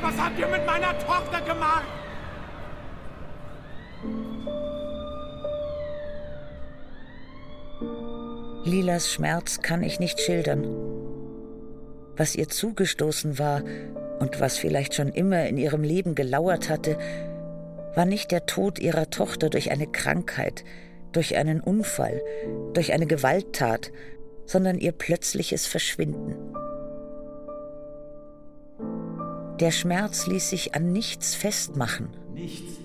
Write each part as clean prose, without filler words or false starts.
Was habt ihr mit meiner Tochter gemacht? Lilas Schmerz kann ich nicht schildern. Was ihr zugestoßen war und was vielleicht schon immer in ihrem Leben gelauert hatte, war nicht der Tod ihrer Tochter durch eine Krankheit, durch einen Unfall, durch eine Gewalttat, sondern ihr plötzliches Verschwinden. Der Schmerz ließ sich an nichts festmachen. Nichts.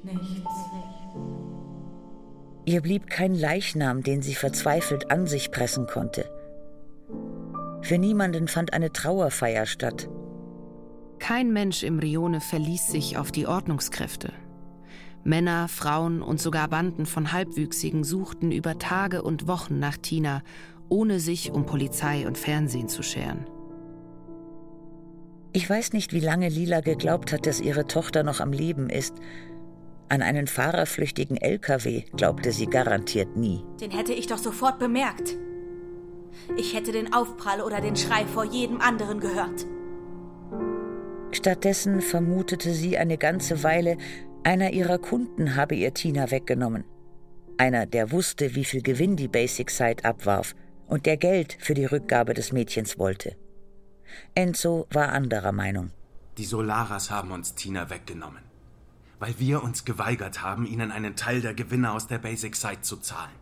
Ihr blieb kein Leichnam, den sie verzweifelt an sich pressen konnte. Für niemanden fand eine Trauerfeier statt. Kein Mensch im Rione verließ sich auf die Ordnungskräfte. Männer, Frauen und sogar Banden von Halbwüchsigen suchten über Tage und Wochen nach Tina, ohne sich um Polizei und Fernsehen zu scheren. Ich weiß nicht, wie lange Lila geglaubt hat, dass ihre Tochter noch am Leben ist. An einen fahrerflüchtigen LKW glaubte sie garantiert nie. Den hätte ich doch sofort bemerkt. Ich hätte den Aufprall oder den Schrei vor jedem anderen gehört. Stattdessen vermutete sie eine ganze Weile, einer ihrer Kunden habe ihr Tina weggenommen. Einer, der wusste, wie viel Gewinn die Basic Site abwarf und der Geld für die Rückgabe des Mädchens wollte. Enzo war anderer Meinung. Die Solaras haben uns Tina weggenommen, weil wir uns geweigert haben, ihnen einen Teil der Gewinne aus der Basic Site zu zahlen.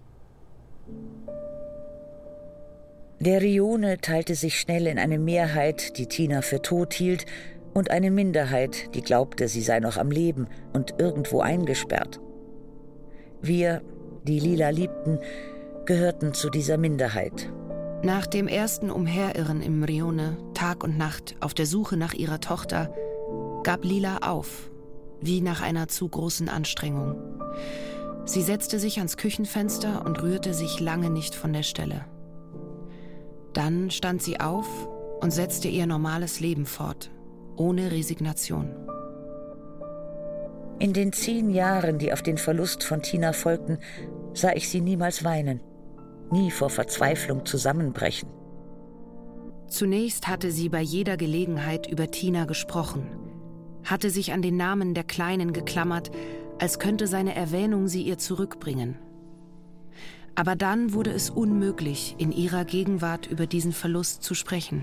Der Rione teilte sich schnell in eine Mehrheit, die Tina für tot hielt, und eine Minderheit, die glaubte, sie sei noch am Leben und irgendwo eingesperrt. Wir, die Lila liebten, gehörten zu dieser Minderheit. Nach dem ersten Umherirren im Rione, Tag und Nacht, auf der Suche nach ihrer Tochter, gab Lila auf, wie nach einer zu großen Anstrengung. Sie setzte sich ans Küchenfenster und rührte sich lange nicht von der Stelle. Dann stand sie auf und setzte ihr normales Leben fort, ohne Resignation. In den 10 Jahren, die auf den Verlust von Tina folgten, sah ich sie niemals weinen, nie vor Verzweiflung zusammenbrechen. Zunächst hatte sie bei jeder Gelegenheit über Tina gesprochen, hatte sich an den Namen der Kleinen geklammert, als könnte seine Erwähnung sie ihr zurückbringen. Aber dann wurde es unmöglich, in ihrer Gegenwart über diesen Verlust zu sprechen.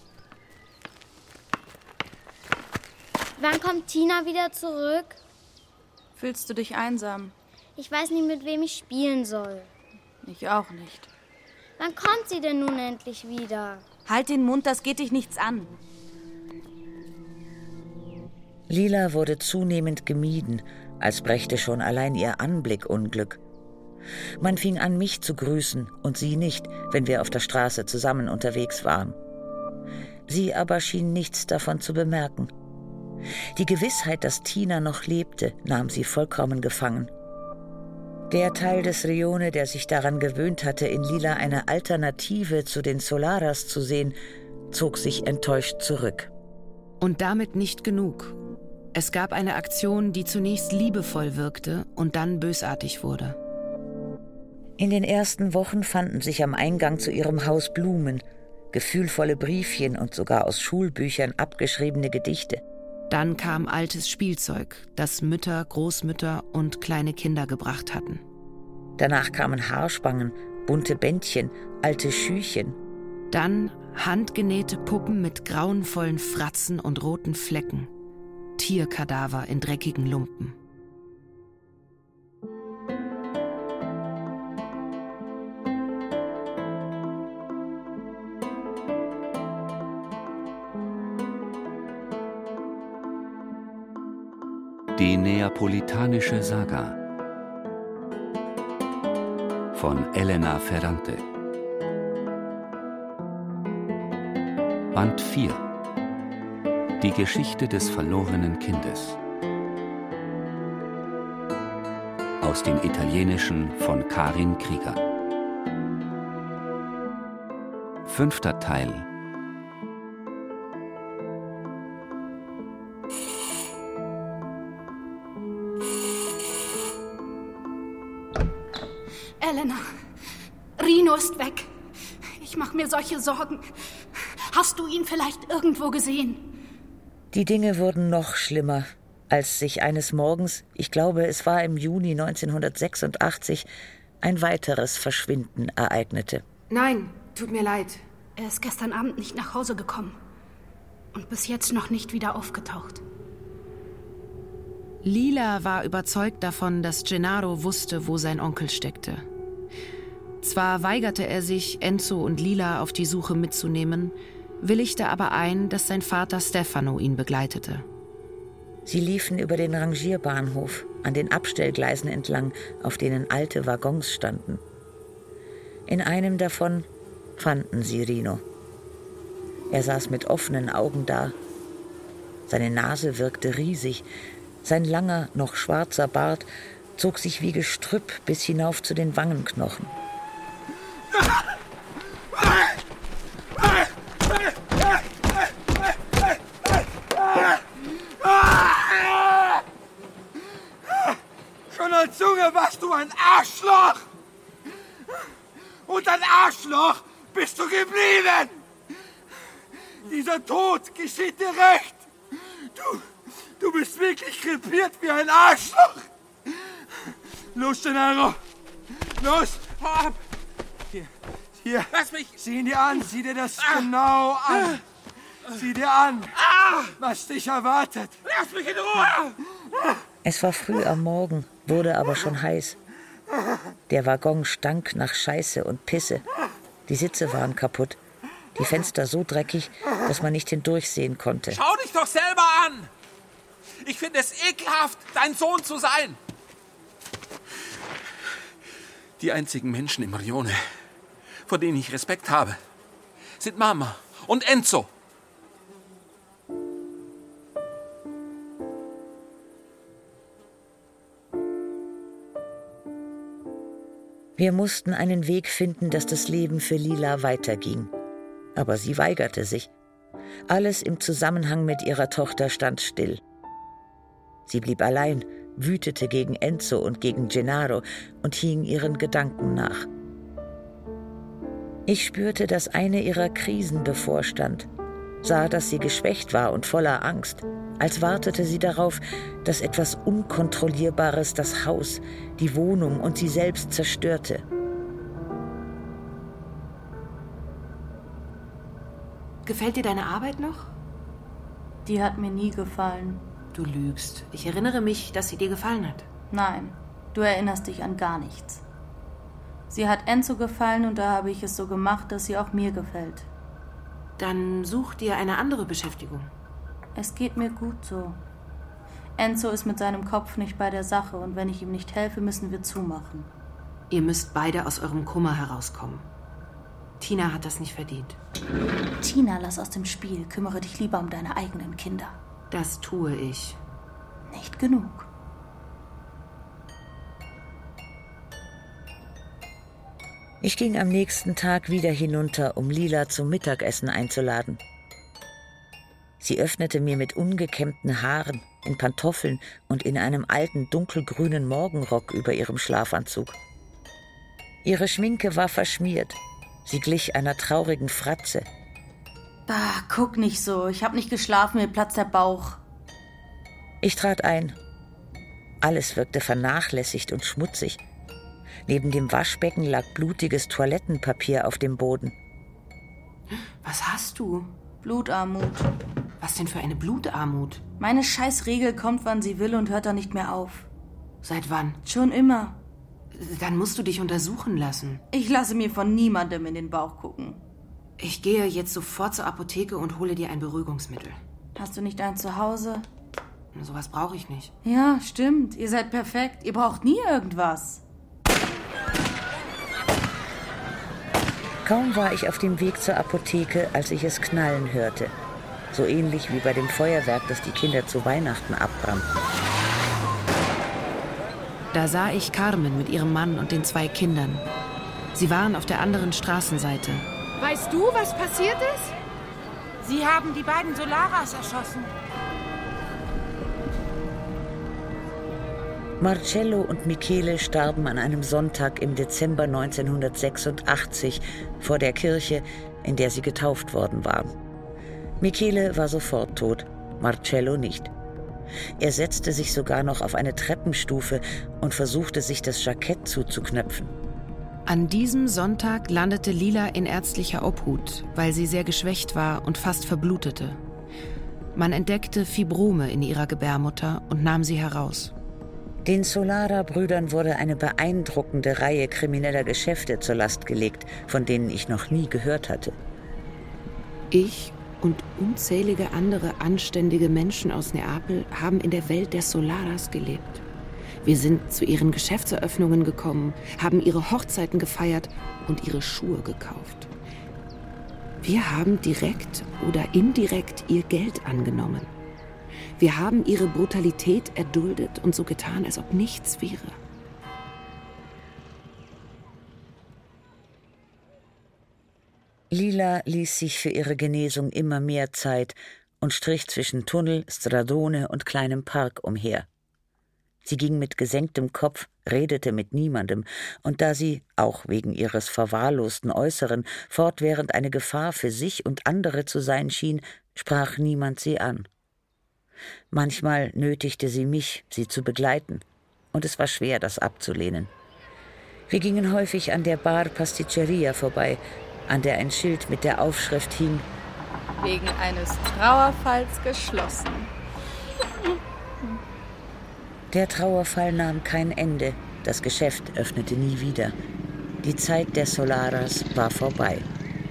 Wann kommt Tina wieder zurück? Fühlst du dich einsam? Ich weiß nicht, mit wem ich spielen soll. Ich auch nicht. Wann kommt sie denn nun endlich wieder? Halt den Mund, das geht dich nichts an. Lila wurde zunehmend gemieden, als brächte schon allein ihr Anblick Unglück. Man fing an, mich zu grüßen und sie nicht, wenn wir auf der Straße zusammen unterwegs waren. Sie aber schien nichts davon zu bemerken. Die Gewissheit, dass Tina noch lebte, nahm sie vollkommen gefangen. Der Teil des Rione, der sich daran gewöhnt hatte, in Lila eine Alternative zu den Solaras zu sehen, zog sich enttäuscht zurück. Und damit nicht genug. Es gab eine Aktion, die zunächst liebevoll wirkte und dann bösartig wurde. In den ersten Wochen fanden sich am Eingang zu ihrem Haus Blumen, gefühlvolle Briefchen und sogar aus Schulbüchern abgeschriebene Gedichte. Dann kam altes Spielzeug, das Mütter, Großmütter und kleine Kinder gebracht hatten. Danach kamen Haarspangen, bunte Bändchen, alte Schüchen. Dann handgenähte Puppen mit grauenvollen Fratzen und roten Flecken. Tierkadaver in dreckigen Lumpen. Die Neapolitanische Saga von Elena Ferrante. Band 4. Die Geschichte des verlorenen Kindes. Aus dem Italienischen von Karin Krieger. 5. Teil. Elena, Rino ist weg. Ich mache mir solche Sorgen. Hast du ihn vielleicht irgendwo gesehen? Die Dinge wurden noch schlimmer, als sich eines Morgens, ich glaube, es war im Juni 1986, ein weiteres Verschwinden ereignete. Nein, tut mir leid. Er ist gestern Abend nicht nach Hause gekommen. Und bis jetzt noch nicht wieder aufgetaucht. Lila war überzeugt davon, dass Gennaro wusste, wo sein Onkel steckte. Zwar weigerte er sich, Enzo und Lila auf die Suche mitzunehmen, willigte aber ein, dass sein Vater Stefano ihn begleitete. Sie liefen über den Rangierbahnhof, an den Abstellgleisen entlang, auf denen alte Waggons standen. In einem davon fanden sie Rino. Er saß mit offenen Augen da. Seine Nase wirkte riesig. Sein langer, noch schwarzer Bart zog sich wie Gestrüpp bis hinauf zu den Wangenknochen. Schon als Junge warst du ein Arschloch! Und ein Arschloch bist du geblieben! Dieser Tod geschieht dir recht! Du bist wirklich krepiert wie ein Arschloch! Los, Gennaro! Los! Hau ab! Hier! Lass mich! Sieh ihn dir an! Sieh dir das genau an! Sieh dir an, was dich erwartet! Lass mich in Ruhe! Es war früh am Morgen, wurde aber schon heiß. Der Waggon stank nach Scheiße und Pisse. Die Sitze waren kaputt. Die Fenster so dreckig, dass man nicht hindurchsehen konnte. Schau dich doch selber an! Ich finde es ekelhaft, dein Sohn zu sein. Die einzigen Menschen im Rione, vor denen ich Respekt habe, sind Mama und Enzo. Wir mussten einen Weg finden, dass das Leben für Lila weiterging. Aber sie weigerte sich. Alles im Zusammenhang mit ihrer Tochter stand still. Sie blieb allein, wütete gegen Enzo und gegen Gennaro und hing ihren Gedanken nach. Ich spürte, dass eine ihrer Krisen bevorstand, sah, dass sie geschwächt war und voller Angst, als wartete sie darauf, dass etwas Unkontrollierbares das Haus, die Wohnung und sie selbst zerstörte. Gefällt dir deine Arbeit noch? Die hat mir nie gefallen. Du lügst. Ich erinnere mich, dass sie dir gefallen hat. Nein, du erinnerst dich an gar nichts. Sie hat Enzo gefallen und da habe ich es so gemacht, dass sie auch mir gefällt. Dann such dir eine andere Beschäftigung. Es geht mir gut so. Enzo ist mit seinem Kopf nicht bei der Sache und wenn ich ihm nicht helfe, müssen wir zumachen. Ihr müsst beide aus eurem Kummer herauskommen. Tina hat das nicht verdient. Tina, lass aus dem Spiel. Kümmere dich lieber um deine eigenen Kinder. Das tue ich. Nicht genug. Ich ging am nächsten Tag wieder hinunter, um Lila zum Mittagessen einzuladen. Sie öffnete mir mit ungekämmten Haaren, in Pantoffeln und in einem alten dunkelgrünen Morgenrock über ihrem Schlafanzug. Ihre Schminke war verschmiert. Sie glich einer traurigen Fratze. Guck nicht so. Ich habe nicht geschlafen, mir platzt der Bauch. Ich trat ein. Alles wirkte vernachlässigt und schmutzig. Neben dem Waschbecken lag blutiges Toilettenpapier auf dem Boden. Was hast du? Blutarmut. Was denn für eine Blutarmut? Meine Scheißregel kommt, wann sie will und hört dann nicht mehr auf. Seit wann? Schon immer. Dann musst du dich untersuchen lassen. Ich lasse mir von niemandem in den Bauch gucken. Ich gehe jetzt sofort zur Apotheke und hole dir ein Beruhigungsmittel. Hast du nicht eins zu Hause? Sowas brauche ich nicht. Ja, stimmt. Ihr seid perfekt. Ihr braucht nie irgendwas. Kaum war ich auf dem Weg zur Apotheke, als ich es knallen hörte. So ähnlich wie bei dem Feuerwerk, das die Kinder zu Weihnachten abbrannten. Da sah ich Carmen mit ihrem Mann und den 2 Kindern. Sie waren auf der anderen Straßenseite. Weißt du, was passiert ist? Sie haben die beiden Solaras erschossen. Marcello und Michele starben an einem Sonntag im Dezember 1986 vor der Kirche, in der sie getauft worden waren. Michele war sofort tot. Marcello nicht. Er setzte sich sogar noch auf eine Treppenstufe und versuchte, sich das Jackett zuzuknöpfen. An diesem Sonntag landete Lila in ärztlicher Obhut, weil sie sehr geschwächt war und fast verblutete. Man entdeckte Fibrome in ihrer Gebärmutter und nahm sie heraus. Den Solara-Brüdern wurde eine beeindruckende Reihe krimineller Geschäfte zur Last gelegt, von denen ich noch nie gehört hatte. Ich und unzählige andere anständige Menschen aus Neapel haben in der Welt der Solaras gelebt. Wir sind zu ihren Geschäftseröffnungen gekommen, haben ihre Hochzeiten gefeiert und ihre Schuhe gekauft. Wir haben direkt oder indirekt ihr Geld angenommen. Wir haben ihre Brutalität erduldet und so getan, als ob nichts wäre. Lila ließ sich für ihre Genesung immer mehr Zeit und strich zwischen Tunnel, Stradone und kleinem Park umher. Sie ging mit gesenktem Kopf, redete mit niemandem, und da sie, auch wegen ihres verwahrlosten Äußeren, fortwährend eine Gefahr für sich und andere zu sein schien, sprach niemand sie an. Manchmal nötigte sie mich, sie zu begleiten, und es war schwer, das abzulehnen. Wir gingen häufig an der Bar Pasticceria vorbei, an der ein Schild mit der Aufschrift hing: Wegen eines Trauerfalls geschlossen. Der Trauerfall nahm kein Ende, das Geschäft öffnete nie wieder. Die Zeit der Solaras war vorbei.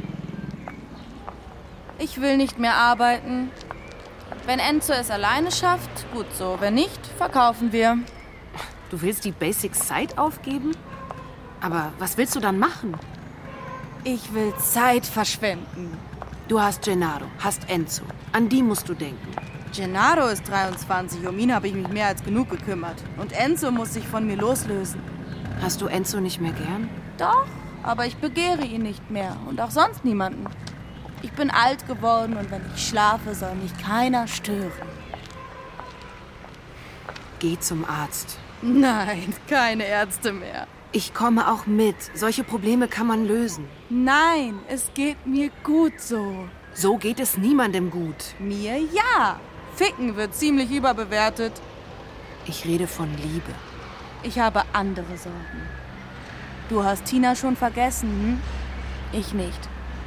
Ich will nicht mehr arbeiten. Wenn Enzo es alleine schafft, gut so. Wenn nicht, verkaufen wir. Du willst die Basic Site aufgeben? Aber was willst du dann machen? Ich will Zeit verschwenden. Du hast Gennaro, hast Enzo. An die musst du denken. Gennaro ist 23, um ihn habe ich mich mehr als genug gekümmert. Und Enzo muss sich von mir loslösen. Hast du Enzo nicht mehr gern? Doch, aber ich begehre ihn nicht mehr und auch sonst niemanden. Ich bin alt geworden und wenn ich schlafe, soll mich keiner stören. Geh zum Arzt. Nein, keine Ärzte mehr. Ich komme auch mit. Solche Probleme kann man lösen. Nein, es geht mir gut so. So geht es niemandem gut. Mir ja. Ficken wird ziemlich überbewertet. Ich rede von Liebe. Ich habe andere Sorgen. Du hast Tina schon vergessen, hm? Ich nicht.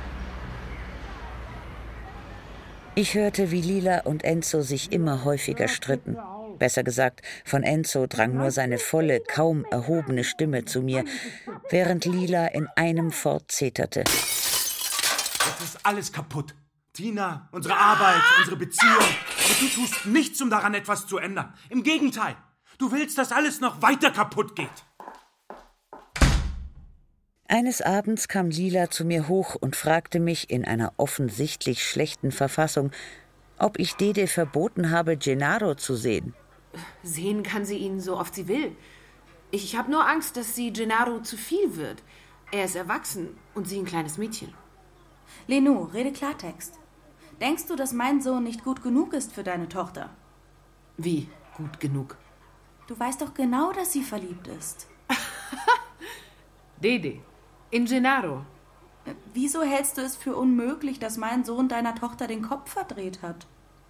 Ich hörte, wie Lila und Enzo sich immer häufiger stritten. Besser gesagt, von Enzo drang nur seine volle, kaum erhobene Stimme zu mir, während Lila in einem Fort zeterte. Jetzt ist alles kaputt. Tina, unsere Arbeit, unsere Beziehung. Und du tust nichts, um daran etwas zu ändern. Im Gegenteil, du willst, dass alles noch weiter kaputt geht. Eines Abends kam Lila zu mir hoch und fragte mich in einer offensichtlich schlechten Verfassung, ob ich Dede verboten habe, Gennaro zu sehen. Sehen kann sie ihn so oft sie will. Ich habe nur Angst, dass sie Gennaro zu viel wird. Er ist erwachsen und sie ein kleines Mädchen. Lenou, rede Klartext. Denkst du, dass mein Sohn nicht gut genug ist für deine Tochter? Wie gut genug? Du weißt doch genau, dass sie verliebt ist. Dede, in Gennaro. Wieso hältst du es für unmöglich, dass mein Sohn deiner Tochter den Kopf verdreht hat?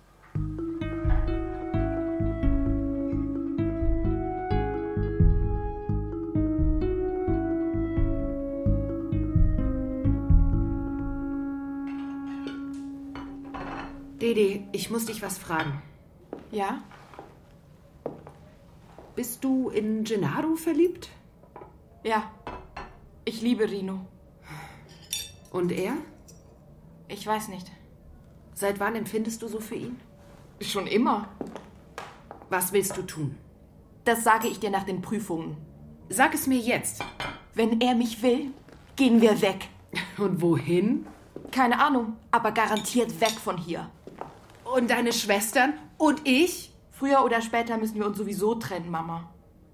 Dede, ich muss dich was fragen. Ja? Bist du in Gennaro verliebt? Ja. Ich liebe Rino. Und er? Ich weiß nicht. Seit wann empfindest du so für ihn? Schon immer. Was willst du tun? Das sage ich dir nach den Prüfungen. Sag es mir jetzt. Wenn er mich will, gehen wir weg. Und wohin? Keine Ahnung, aber garantiert weg von hier. Und deine Schwestern? Und ich? Früher oder später müssen wir uns sowieso trennen, Mama.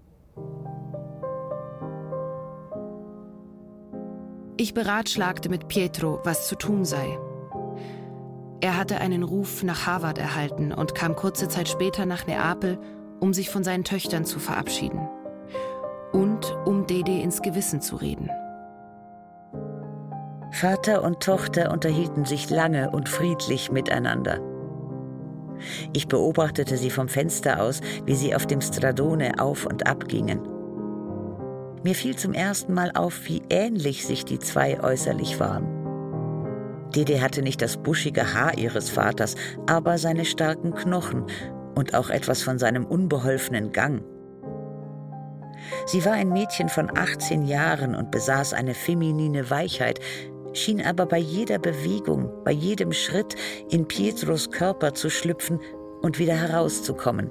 Ich beratschlagte mit Pietro, was zu tun sei. Er hatte einen Ruf nach Harvard erhalten und kam kurze Zeit später nach Neapel, um sich von seinen Töchtern zu verabschieden. Und um Dede ins Gewissen zu reden. Vater und Tochter unterhielten sich lange und friedlich miteinander. Ich beobachtete sie vom Fenster aus, wie sie auf dem Stradone auf und ab gingen. Mir fiel zum ersten Mal auf, wie ähnlich sich die zwei äußerlich waren. Dede hatte nicht das buschige Haar ihres Vaters, aber seine starken Knochen und auch etwas von seinem unbeholfenen Gang. Sie war ein Mädchen von 18 Jahren und besaß eine feminine Weichheit, schien aber bei jeder Bewegung, bei jedem Schritt in Pietros Körper zu schlüpfen und wieder herauszukommen.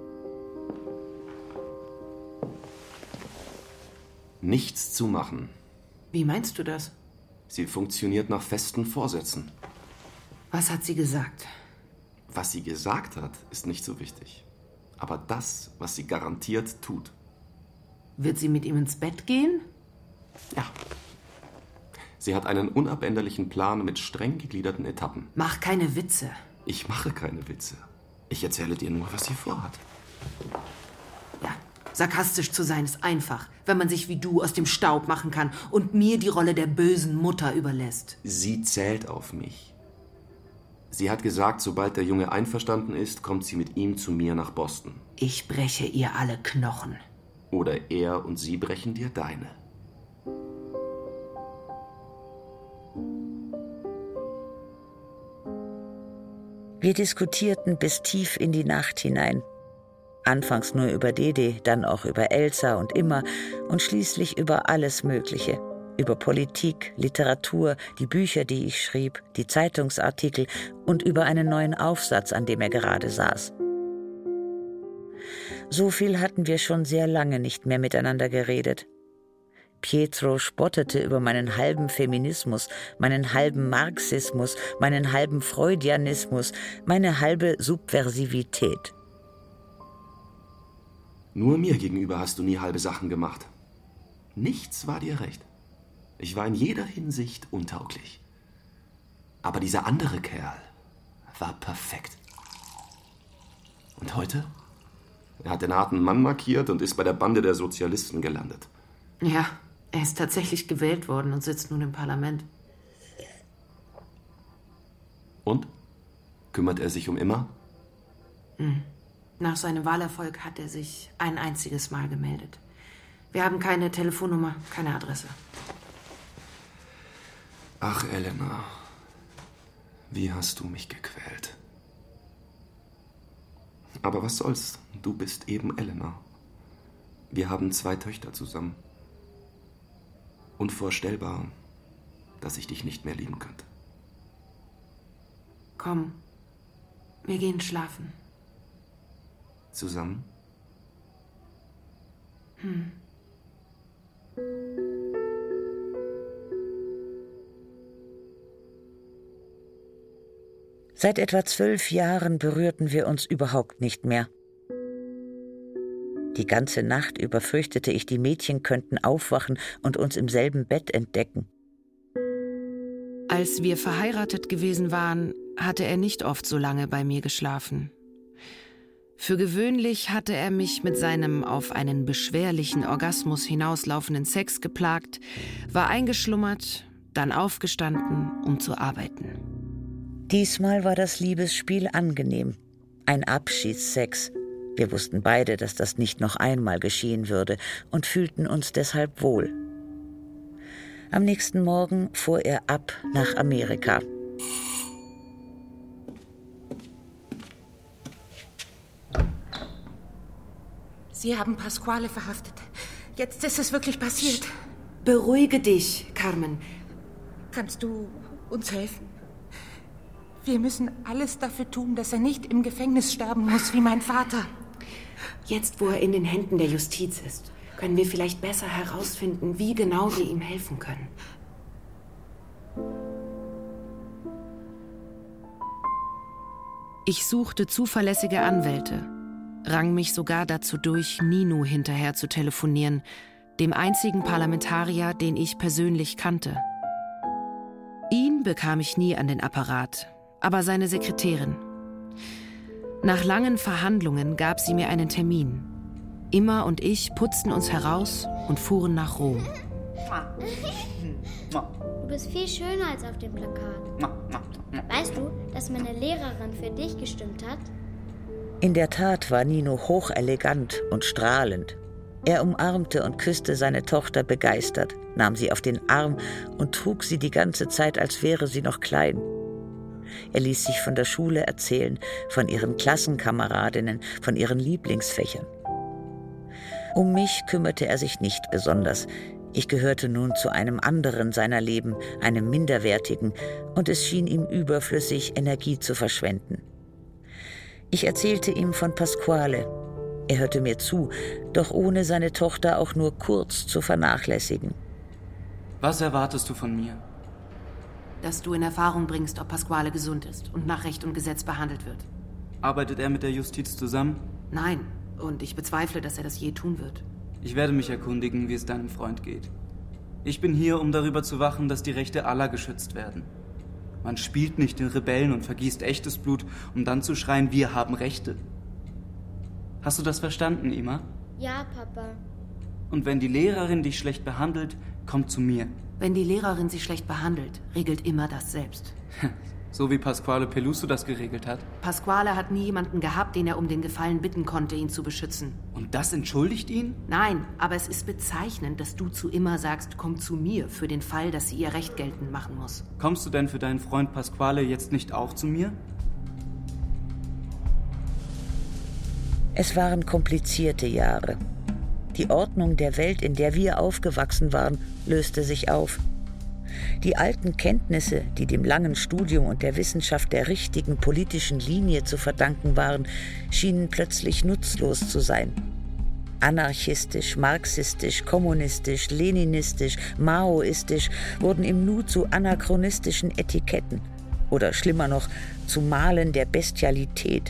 Nichts zu machen. Wie meinst du das? Sie funktioniert nach festen Vorsätzen. Was hat sie gesagt? Was sie gesagt hat, ist nicht so wichtig. Aber das, was sie garantiert tut. Wird sie mit ihm ins Bett gehen? Ja. Sie hat einen unabänderlichen Plan mit streng gegliederten Etappen. Mach keine Witze. Ich mache keine Witze. Ich erzähle dir nur, was sie vorhat. Ja, sarkastisch zu sein ist einfach, wenn man sich wie du aus dem Staub machen kann und mir die Rolle der bösen Mutter überlässt. Sie zählt auf mich. Sie hat gesagt, sobald der Junge einverstanden ist, kommt sie mit ihm zu mir nach Boston. Ich breche ihr alle Knochen. Oder er und sie brechen dir deine. Wir diskutierten bis tief in die Nacht hinein. Anfangs nur über Dede, dann auch über Elsa und Immer und schließlich über alles Mögliche. Über Politik, Literatur, die Bücher, die ich schrieb, die Zeitungsartikel und über einen neuen Aufsatz, an dem er gerade saß. So viel hatten wir schon sehr lange nicht mehr miteinander geredet. Pietro spottete über meinen halben Feminismus, meinen halben Marxismus, meinen halben Freudianismus, meine halbe Subversivität. Nur mir gegenüber hast du nie halbe Sachen gemacht. Nichts war dir recht. Ich war in jeder Hinsicht untauglich. Aber dieser andere Kerl war perfekt. Und heute? Er hat den harten Mann markiert und ist bei der Bande der Sozialisten gelandet. Ja, er ist tatsächlich gewählt worden und sitzt nun im Parlament. Und? Kümmert er sich um Immer? Nach seinem Wahlerfolg hat er sich ein einziges Mal gemeldet. Wir haben keine Telefonnummer, keine Adresse. Ach, Elena, wie hast du mich gequält. Aber was soll's, du bist eben Elena. Wir haben 2 Töchter zusammen. Unvorstellbar, dass ich dich nicht mehr lieben könnte. Komm, wir gehen schlafen. Zusammen? Seit etwa 12 Jahren berührten wir uns überhaupt nicht mehr. Die ganze Nacht über fürchtete ich, die Mädchen könnten aufwachen und uns im selben Bett entdecken. Als wir verheiratet gewesen waren, hatte er nicht oft so lange bei mir geschlafen. Für gewöhnlich hatte er mich mit seinem auf einen beschwerlichen Orgasmus hinauslaufenden Sex geplagt, war eingeschlummert, dann aufgestanden, um zu arbeiten. Diesmal war das Liebesspiel angenehm. Ein Abschiedssex. Wir wussten beide, dass das nicht noch einmal geschehen würde und fühlten uns deshalb wohl. Am nächsten Morgen fuhr er ab nach Amerika. Sie haben Pasquale verhaftet. Jetzt ist es wirklich passiert. Beruhige dich, Carmen. Kannst du uns helfen? Wir müssen alles dafür tun, dass er nicht im Gefängnis sterben muss, wie mein Vater. Jetzt, wo er in den Händen der Justiz ist, können wir vielleicht besser herausfinden, wie genau wir ihm helfen können. Ich suchte zuverlässige Anwälte, rang mich sogar dazu durch, Nino hinterher zu telefonieren, dem einzigen Parlamentarier, den ich persönlich kannte. Ihn bekam ich nie an den Apparat, aber seine Sekretärin. Nach langen Verhandlungen gab sie mir einen Termin. Immer und ich putzten uns heraus und fuhren nach Rom. Du bist viel schöner als auf dem Plakat. Weißt du, dass meine Lehrerin für dich gestimmt hat? In der Tat war Nino hochelegant und strahlend. Er umarmte und küsste seine Tochter begeistert, nahm sie auf den Arm und trug sie die ganze Zeit, als wäre sie noch klein. Er ließ sich von der Schule erzählen, von ihren Klassenkameradinnen, von ihren Lieblingsfächern. Um mich kümmerte er sich nicht besonders. Ich gehörte nun zu einem anderen seiner Leben, einem minderwertigen, und es schien ihm überflüssig, Energie zu verschwenden. Ich erzählte ihm von Pasquale. Er hörte mir zu, doch ohne seine Tochter auch nur kurz zu vernachlässigen. Was erwartest du von mir? Dass du in Erfahrung bringst, ob Pasquale gesund ist und nach Recht und Gesetz behandelt wird. Arbeitet er mit der Justiz zusammen? Nein, und ich bezweifle, dass er das je tun wird. Ich werde mich erkundigen, wie es deinem Freund geht. Ich bin hier, um darüber zu wachen, dass die Rechte aller geschützt werden. Man spielt nicht den Rebellen und vergießt echtes Blut, um dann zu schreien, wir haben Rechte. Hast du das verstanden, Ima? Ja, Papa. Und wenn die Lehrerin dich schlecht behandelt, komm zu mir. Wenn die Lehrerin sie schlecht behandelt, regelt immer das selbst. So wie Pasquale Peluso das geregelt hat. Pasquale hat nie jemanden gehabt, den er um den Gefallen bitten konnte, ihn zu beschützen. Und das entschuldigt ihn? Nein, aber es ist bezeichnend, dass du zu Immer sagst, komm zu mir, für den Fall, dass sie ihr Recht geltend machen muss. Kommst du denn für deinen Freund Pasquale jetzt nicht auch zu mir? Es waren komplizierte Jahre. Die Ordnung der Welt, in der wir aufgewachsen waren, löste sich auf. Die alten Kenntnisse, die dem langen Studium und der Wissenschaft der richtigen politischen Linie zu verdanken waren, schienen plötzlich nutzlos zu sein. Anarchistisch, marxistisch, kommunistisch, leninistisch, maoistisch wurden im Nu zu anachronistischen Etiketten oder schlimmer noch zu Malen der Bestialität.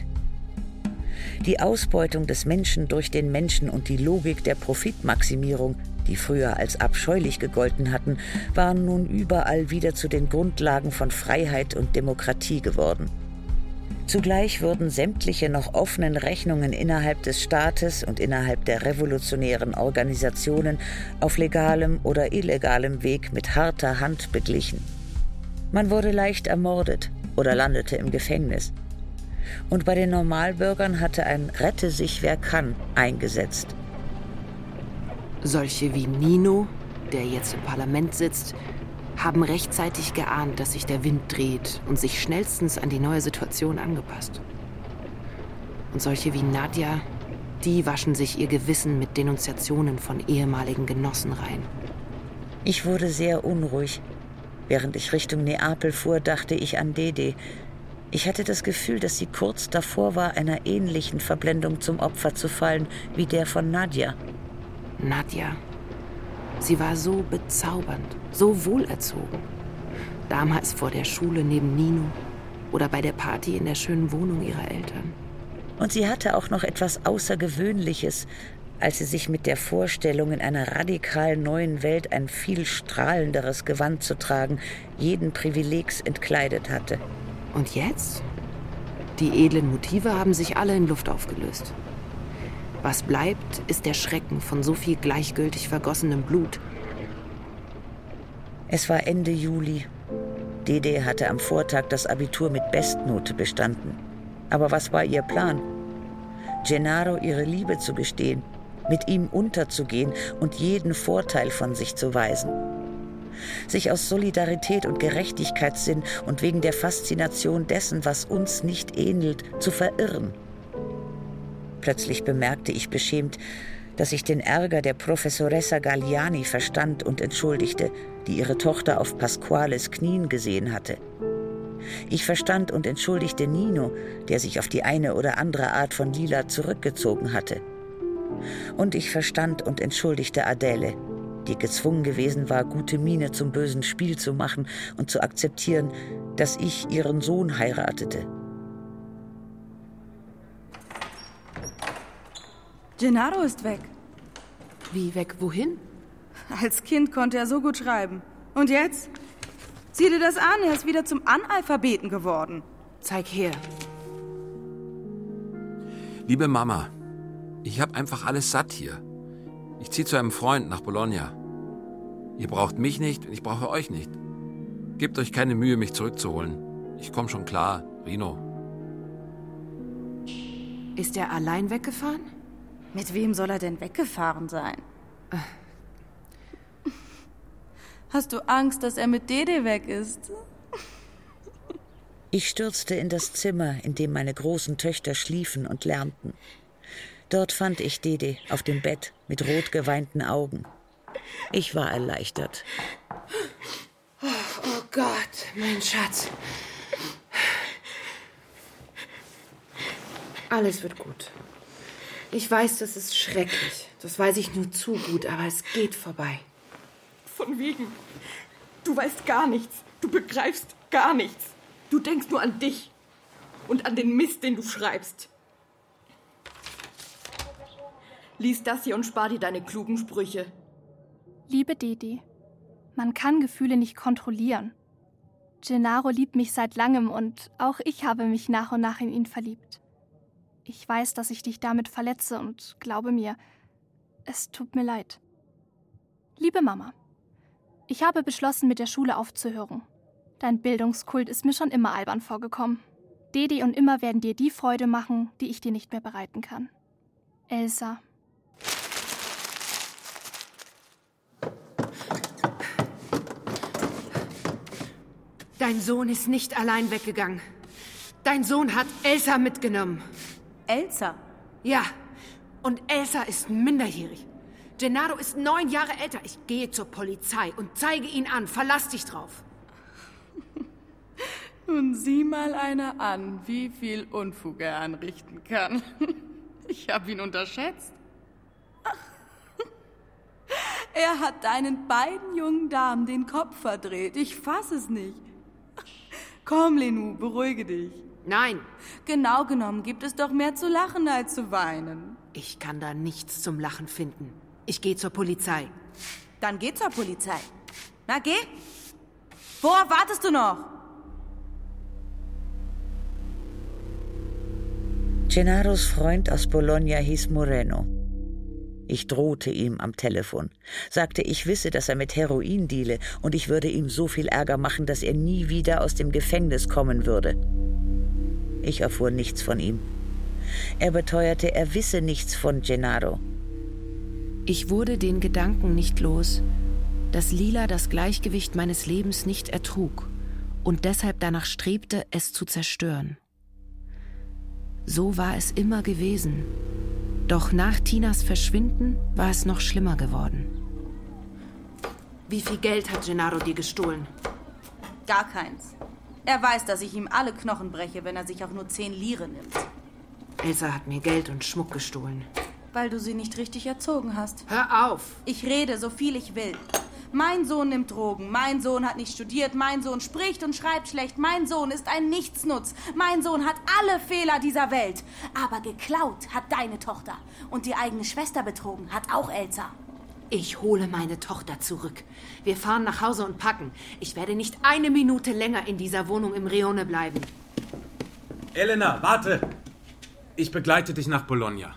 Die Ausbeutung des Menschen durch den Menschen und die Logik der Profitmaximierung, die früher als abscheulich gegolten hatten, waren nun überall wieder zu den Grundlagen von Freiheit und Demokratie geworden. Zugleich wurden sämtliche noch offenen Rechnungen innerhalb des Staates und innerhalb der revolutionären Organisationen auf legalem oder illegalem Weg mit harter Hand beglichen. Man wurde leicht ermordet oder landete im Gefängnis. Und bei den Normalbürgern hatte ein Rette sich wer kann eingesetzt. Solche wie Nino, der jetzt im Parlament sitzt, haben rechtzeitig geahnt, dass sich der Wind dreht und sich schnellstens an die neue Situation angepasst. Und solche wie Nadja, die waschen sich ihr Gewissen mit Denunziationen von ehemaligen Genossen rein. Ich wurde sehr unruhig. Während ich Richtung Neapel fuhr, dachte ich an Dede. Ich hatte das Gefühl, dass sie kurz davor war, einer ähnlichen Verblendung zum Opfer zu fallen wie der von Nadja. Nadja. Sie war so bezaubernd, so wohlerzogen. Damals vor der Schule neben Nino oder bei der Party in der schönen Wohnung ihrer Eltern. Und sie hatte auch noch etwas Außergewöhnliches, als sie sich mit der Vorstellung, in einer radikal neuen Welt ein viel strahlenderes Gewand zu tragen, jeden Privilegs entkleidet hatte. Und jetzt? Die edlen Motive haben sich alle in Luft aufgelöst. Was bleibt, ist der Schrecken von so viel gleichgültig vergossenem Blut. Es war Ende Juli. Dede hatte am Vortag das Abitur mit Bestnote bestanden. Aber was war ihr Plan? Gennaro ihre Liebe zu gestehen, mit ihm unterzugehen und jeden Vorteil von sich zu weisen. Sich aus Solidarität und Gerechtigkeitssinn und wegen der Faszination dessen, was uns nicht ähnelt, zu verirren. Plötzlich bemerkte ich beschämt, dass ich den Ärger der Professoressa Galliani verstand und entschuldigte, die ihre Tochter auf Pasquales Knien gesehen hatte. Ich verstand und entschuldigte Nino, der sich auf die eine oder andere Art von Lila zurückgezogen hatte. Und ich verstand und entschuldigte Adele, die gezwungen gewesen war, gute Miene zum bösen Spiel zu machen und zu akzeptieren, dass ich ihren Sohn heiratete. Gennaro ist weg. Wie weg? Wohin? Als Kind konnte er so gut schreiben. Und jetzt? Sieh dir das an, er ist wieder zum Analphabeten geworden. Zeig her. Liebe Mama, ich habe einfach alles satt hier. Ich ziehe zu einem Freund nach Bologna. Ihr braucht mich nicht und ich brauche euch nicht. Gebt euch keine Mühe, mich zurückzuholen. Ich komme schon klar, Rino. Ist er allein weggefahren? Mit wem soll er denn weggefahren sein? Hast du Angst, dass er mit Dede weg ist? Ich stürzte in das Zimmer, in dem meine großen Töchter schliefen und lernten. Dort fand ich Dede auf dem Bett mit rot geweinten Augen. Ich war erleichtert. Oh Gott, mein Schatz. Alles wird gut. Ich weiß, das ist schrecklich. Das weiß ich nur zu gut, aber es geht vorbei. Von wegen. Du weißt gar nichts. Du begreifst gar nichts. Du denkst nur an dich und an den Mist, den du schreibst. Lies das hier und spar dir deine klugen Sprüche. Liebe Dede, man kann Gefühle nicht kontrollieren. Gennaro liebt mich seit langem und auch ich habe mich nach und nach in ihn verliebt. Ich weiß, dass ich dich damit verletze und glaube mir, es tut mir leid. Liebe Mama, ich habe beschlossen, mit der Schule aufzuhören. Dein Bildungskult ist mir schon immer albern vorgekommen. Dede und immer werden dir die Freude machen, die ich dir nicht mehr bereiten kann. Elsa. Dein Sohn ist nicht allein weggegangen. Dein Sohn hat Elsa mitgenommen. Elsa? Ja, und Elsa ist minderjährig. Gennaro ist 9 Jahre älter. Ich gehe zur Polizei und zeige ihn an. Verlass dich drauf. Nun sieh mal einer an, wie viel Unfug er anrichten kann. Ich habe ihn unterschätzt. Er hat deinen beiden jungen Damen den Kopf verdreht. Ich fass es nicht. Komm, Lenou, beruhige dich. Nein. Genau genommen gibt es doch mehr zu lachen als zu weinen. Ich kann da nichts zum Lachen finden. Ich gehe zur Polizei. Dann geh zur Polizei. Na, geh. Worauf wartest du noch? Gennaros Freund aus Bologna hieß Moreno. Ich drohte ihm am Telefon, sagte, ich wisse, dass er mit Heroin deale und ich würde ihm so viel Ärger machen, dass er nie wieder aus dem Gefängnis kommen würde. Ich erfuhr nichts von ihm. Er beteuerte, er wisse nichts von Gennaro. Ich wurde den Gedanken nicht los, dass Lila das Gleichgewicht meines Lebens nicht ertrug und deshalb danach strebte, es zu zerstören. So war es immer gewesen. Doch nach Tinas Verschwinden war es noch schlimmer geworden. Wie viel Geld hat Gennaro dir gestohlen? Gar keins. Er weiß, dass ich ihm alle Knochen breche, wenn er sich auch nur 10 Lire nimmt. Elsa hat mir Geld und Schmuck gestohlen. Weil du sie nicht richtig erzogen hast. Hör auf! Ich rede, so viel ich will. Mein Sohn nimmt Drogen, mein Sohn hat nicht studiert, mein Sohn spricht und schreibt schlecht, mein Sohn ist ein Nichtsnutz, mein Sohn hat alle Fehler dieser Welt. Aber geklaut hat deine Tochter und die eigene Schwester betrogen hat auch Elsa. Ich hole meine Tochter zurück. Wir fahren nach Hause und packen. Ich werde nicht eine Minute länger in dieser Wohnung im Rione bleiben. Elena, warte! Ich begleite dich nach Bologna.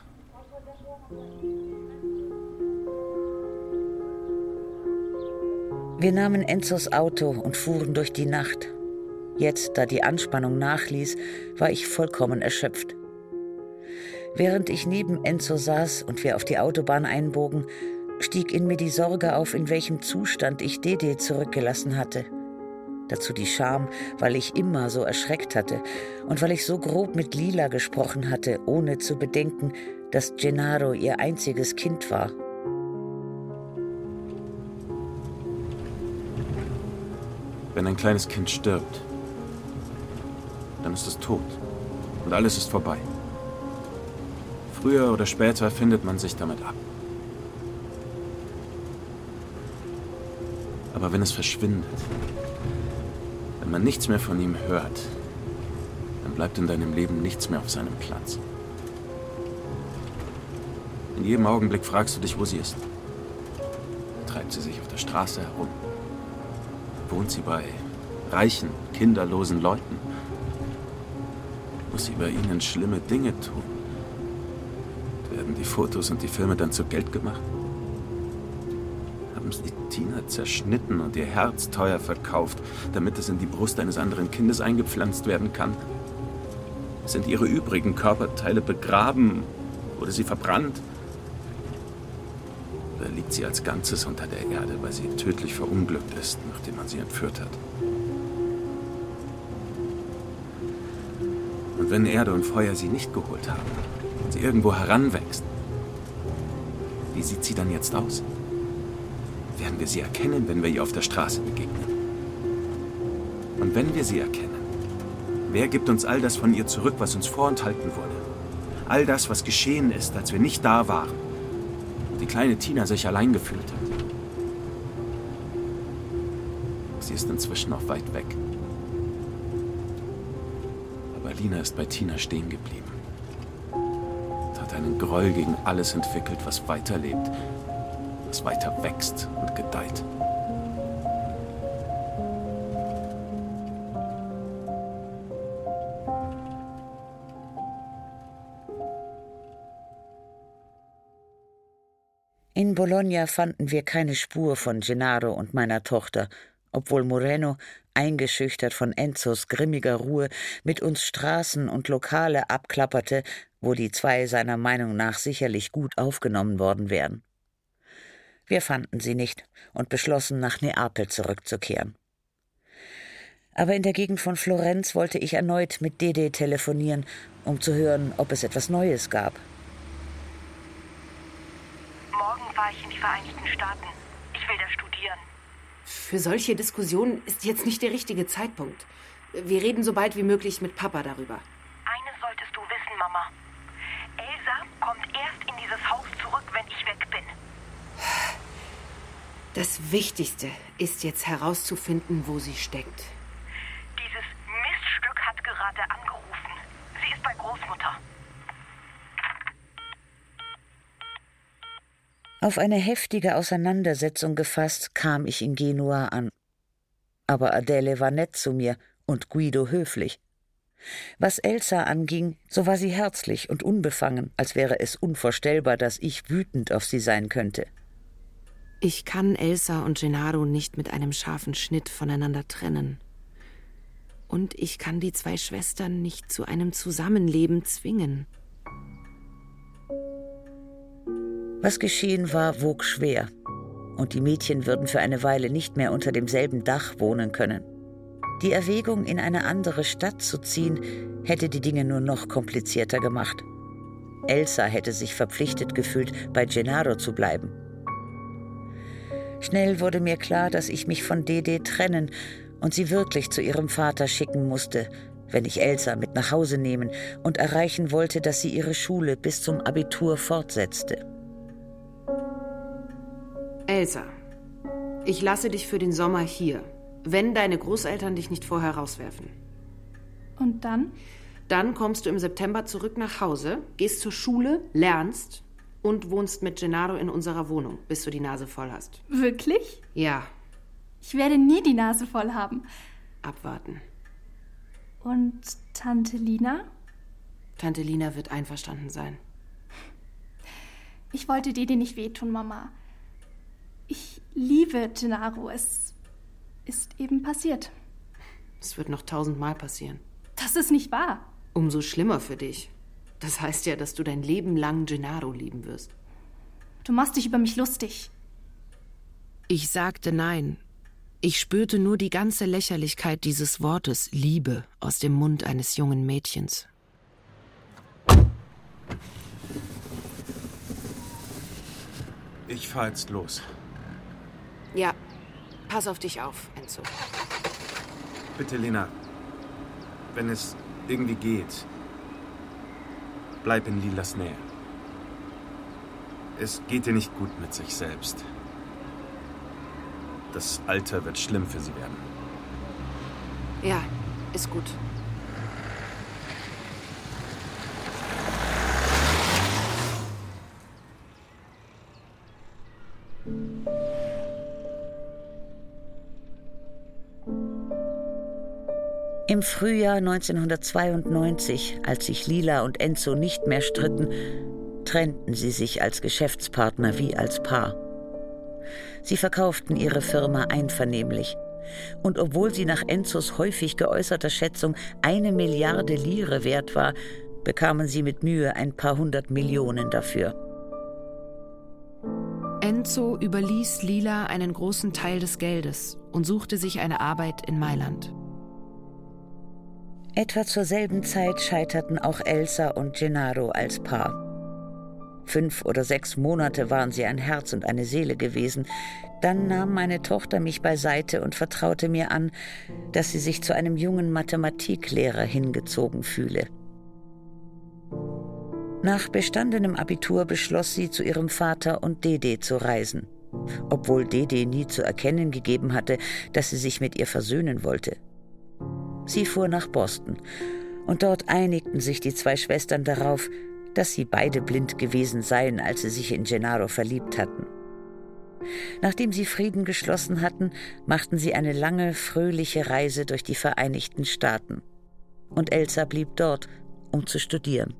Wir nahmen Enzos Auto und fuhren durch die Nacht. Jetzt, da die Anspannung nachließ, war ich vollkommen erschöpft. Während ich neben Enzo saß und wir auf die Autobahn einbogen, stieg in mir die Sorge auf, in welchem Zustand ich Dede zurückgelassen hatte. Dazu die Scham, weil ich immer so erschreckt hatte und weil ich so grob mit Lila gesprochen hatte, ohne zu bedenken, dass Gennaro ihr einziges Kind war. Wenn ein kleines Kind stirbt, dann ist es tot und alles ist vorbei. Früher oder später findet man sich damit ab. Aber wenn es verschwindet, wenn man nichts mehr von ihm hört, dann bleibt in deinem Leben nichts mehr auf seinem Platz. In jedem Augenblick fragst du dich, wo sie ist. Treibt sie sich auf der Straße herum? Wohnt sie bei reichen, kinderlosen Leuten? Muss sie bei ihnen schlimme Dinge tun? Werden die Fotos und die Filme dann zu Geld gemacht? Haben sie Tina zerschnitten und ihr Herz teuer verkauft, damit es in die Brust eines anderen Kindes eingepflanzt werden kann? Sind ihre übrigen Körperteile begraben? Wurde sie verbrannt? Oder liegt sie als Ganzes unter der Erde, weil sie tödlich verunglückt ist, nachdem man sie entführt hat? Und wenn Erde und Feuer sie nicht geholt haben und sie irgendwo heranwächst, wie sieht sie dann jetzt aus? Werden wir sie erkennen, wenn wir ihr auf der Straße begegnen? Und wenn wir sie erkennen, wer gibt uns all das von ihr zurück, was uns vorenthalten wurde? All das, was geschehen ist, als wir nicht da waren und die kleine Tina sich allein gefühlt hat. Sie ist inzwischen auch weit weg. Aber Lina ist bei Tina stehen geblieben und hat einen Groll gegen alles entwickelt, was weiterlebt, was weiter wächst und gedeiht. In Bologna fanden wir keine Spur von Gennaro und meiner Tochter, obwohl Moreno, eingeschüchtert von Enzos grimmiger Ruhe, mit uns Straßen und Lokale abklapperte, wo die zwei seiner Meinung nach sicherlich gut aufgenommen worden wären. Wir fanden sie nicht und beschlossen, nach Neapel zurückzukehren. Aber in der Gegend von Florenz wollte ich erneut mit Dede telefonieren, um zu hören, ob es etwas Neues gab. Morgen fahre ich in die Vereinigten Staaten. Ich will da studieren. Für solche Diskussionen ist jetzt nicht der richtige Zeitpunkt. Wir reden so bald wie möglich mit Papa darüber. Eines solltest du wissen, Mama. Elsa kommt erst in dieses Haus zurück, wenn ich weg bin. Das Wichtigste ist jetzt herauszufinden, wo sie steckt. Dieses Miststück hat gerade angerufen. Sie ist bei Großmutter. Auf eine heftige Auseinandersetzung gefasst, kam ich in Genua an. Aber Adele war nett zu mir und Guido höflich. Was Elsa anging, so war sie herzlich und unbefangen, als wäre es unvorstellbar, dass ich wütend auf sie sein könnte. Ich kann Elsa und Gennaro nicht mit einem scharfen Schnitt voneinander trennen. Und ich kann die zwei Schwestern nicht zu einem Zusammenleben zwingen. Was geschehen war, wog schwer. Und die Mädchen würden für eine Weile nicht mehr unter demselben Dach wohnen können. Die Erwägung, in eine andere Stadt zu ziehen, hätte die Dinge nur noch komplizierter gemacht. Elsa hätte sich verpflichtet gefühlt, bei Gennaro zu bleiben. Schnell wurde mir klar, dass ich mich von Dede trennen und sie wirklich zu ihrem Vater schicken musste, wenn ich Elsa mit nach Hause nehmen und erreichen wollte, dass sie ihre Schule bis zum Abitur fortsetzte. Elsa, ich lasse dich für den Sommer hier, wenn deine Großeltern dich nicht vorher rauswerfen. Und dann? Dann kommst du im September zurück nach Hause, gehst zur Schule, lernst und wohnst mit Gennaro in unserer Wohnung, bis du die Nase voll hast. Wirklich? Ja. Ich werde nie die Nase voll haben. Abwarten. Und Tante Lina? Tante Lina wird einverstanden sein. Ich wollte dir nicht wehtun, Mama. Ich liebe Gennaro. Es ist eben passiert. Es wird noch 1000-mal passieren. Das ist nicht wahr. Umso schlimmer für dich. Das heißt ja, dass du dein Leben lang Gennaro lieben wirst. Du machst dich über mich lustig. Ich sagte nein. Ich spürte nur die ganze Lächerlichkeit dieses Wortes Liebe aus dem Mund eines jungen Mädchens. Ich fahr jetzt los. Ja, pass auf dich auf, Enzo. Bitte, Lena, wenn es irgendwie geht, bleib in Lilas Nähe. Es geht ihr nicht gut mit sich selbst. Das Alter wird schlimm für sie werden. Ja, ist gut. Im Frühjahr 1992, als sich Lila und Enzo nicht mehr stritten, trennten sie sich als Geschäftspartner wie als Paar. Sie verkauften ihre Firma einvernehmlich Und obwohl sie nach Enzos häufig geäußerter Schätzung 1 Milliarde Lire wert war, bekamen sie mit Mühe ein paar 100 Millionen dafür. Enzo überließ Lila einen großen Teil des Geldes und suchte sich eine Arbeit in Mailand. Etwa zur selben Zeit scheiterten auch Elsa und Gennaro als Paar. 5 oder 6 Monate waren sie ein Herz und eine Seele gewesen. Dann nahm meine Tochter mich beiseite und vertraute mir an, dass sie sich zu einem jungen Mathematiklehrer hingezogen fühle. Nach bestandenem Abitur beschloss sie, zu ihrem Vater und Dede zu reisen, obwohl Dede nie zu erkennen gegeben hatte, dass sie sich mit ihr versöhnen wollte. Sie fuhr nach Boston, und dort einigten sich die 2 Schwestern darauf, dass sie beide blind gewesen seien, als sie sich in Gennaro verliebt hatten. Nachdem sie Frieden geschlossen hatten, machten sie eine lange, fröhliche Reise durch die Vereinigten Staaten. Und Elsa blieb dort, um zu studieren.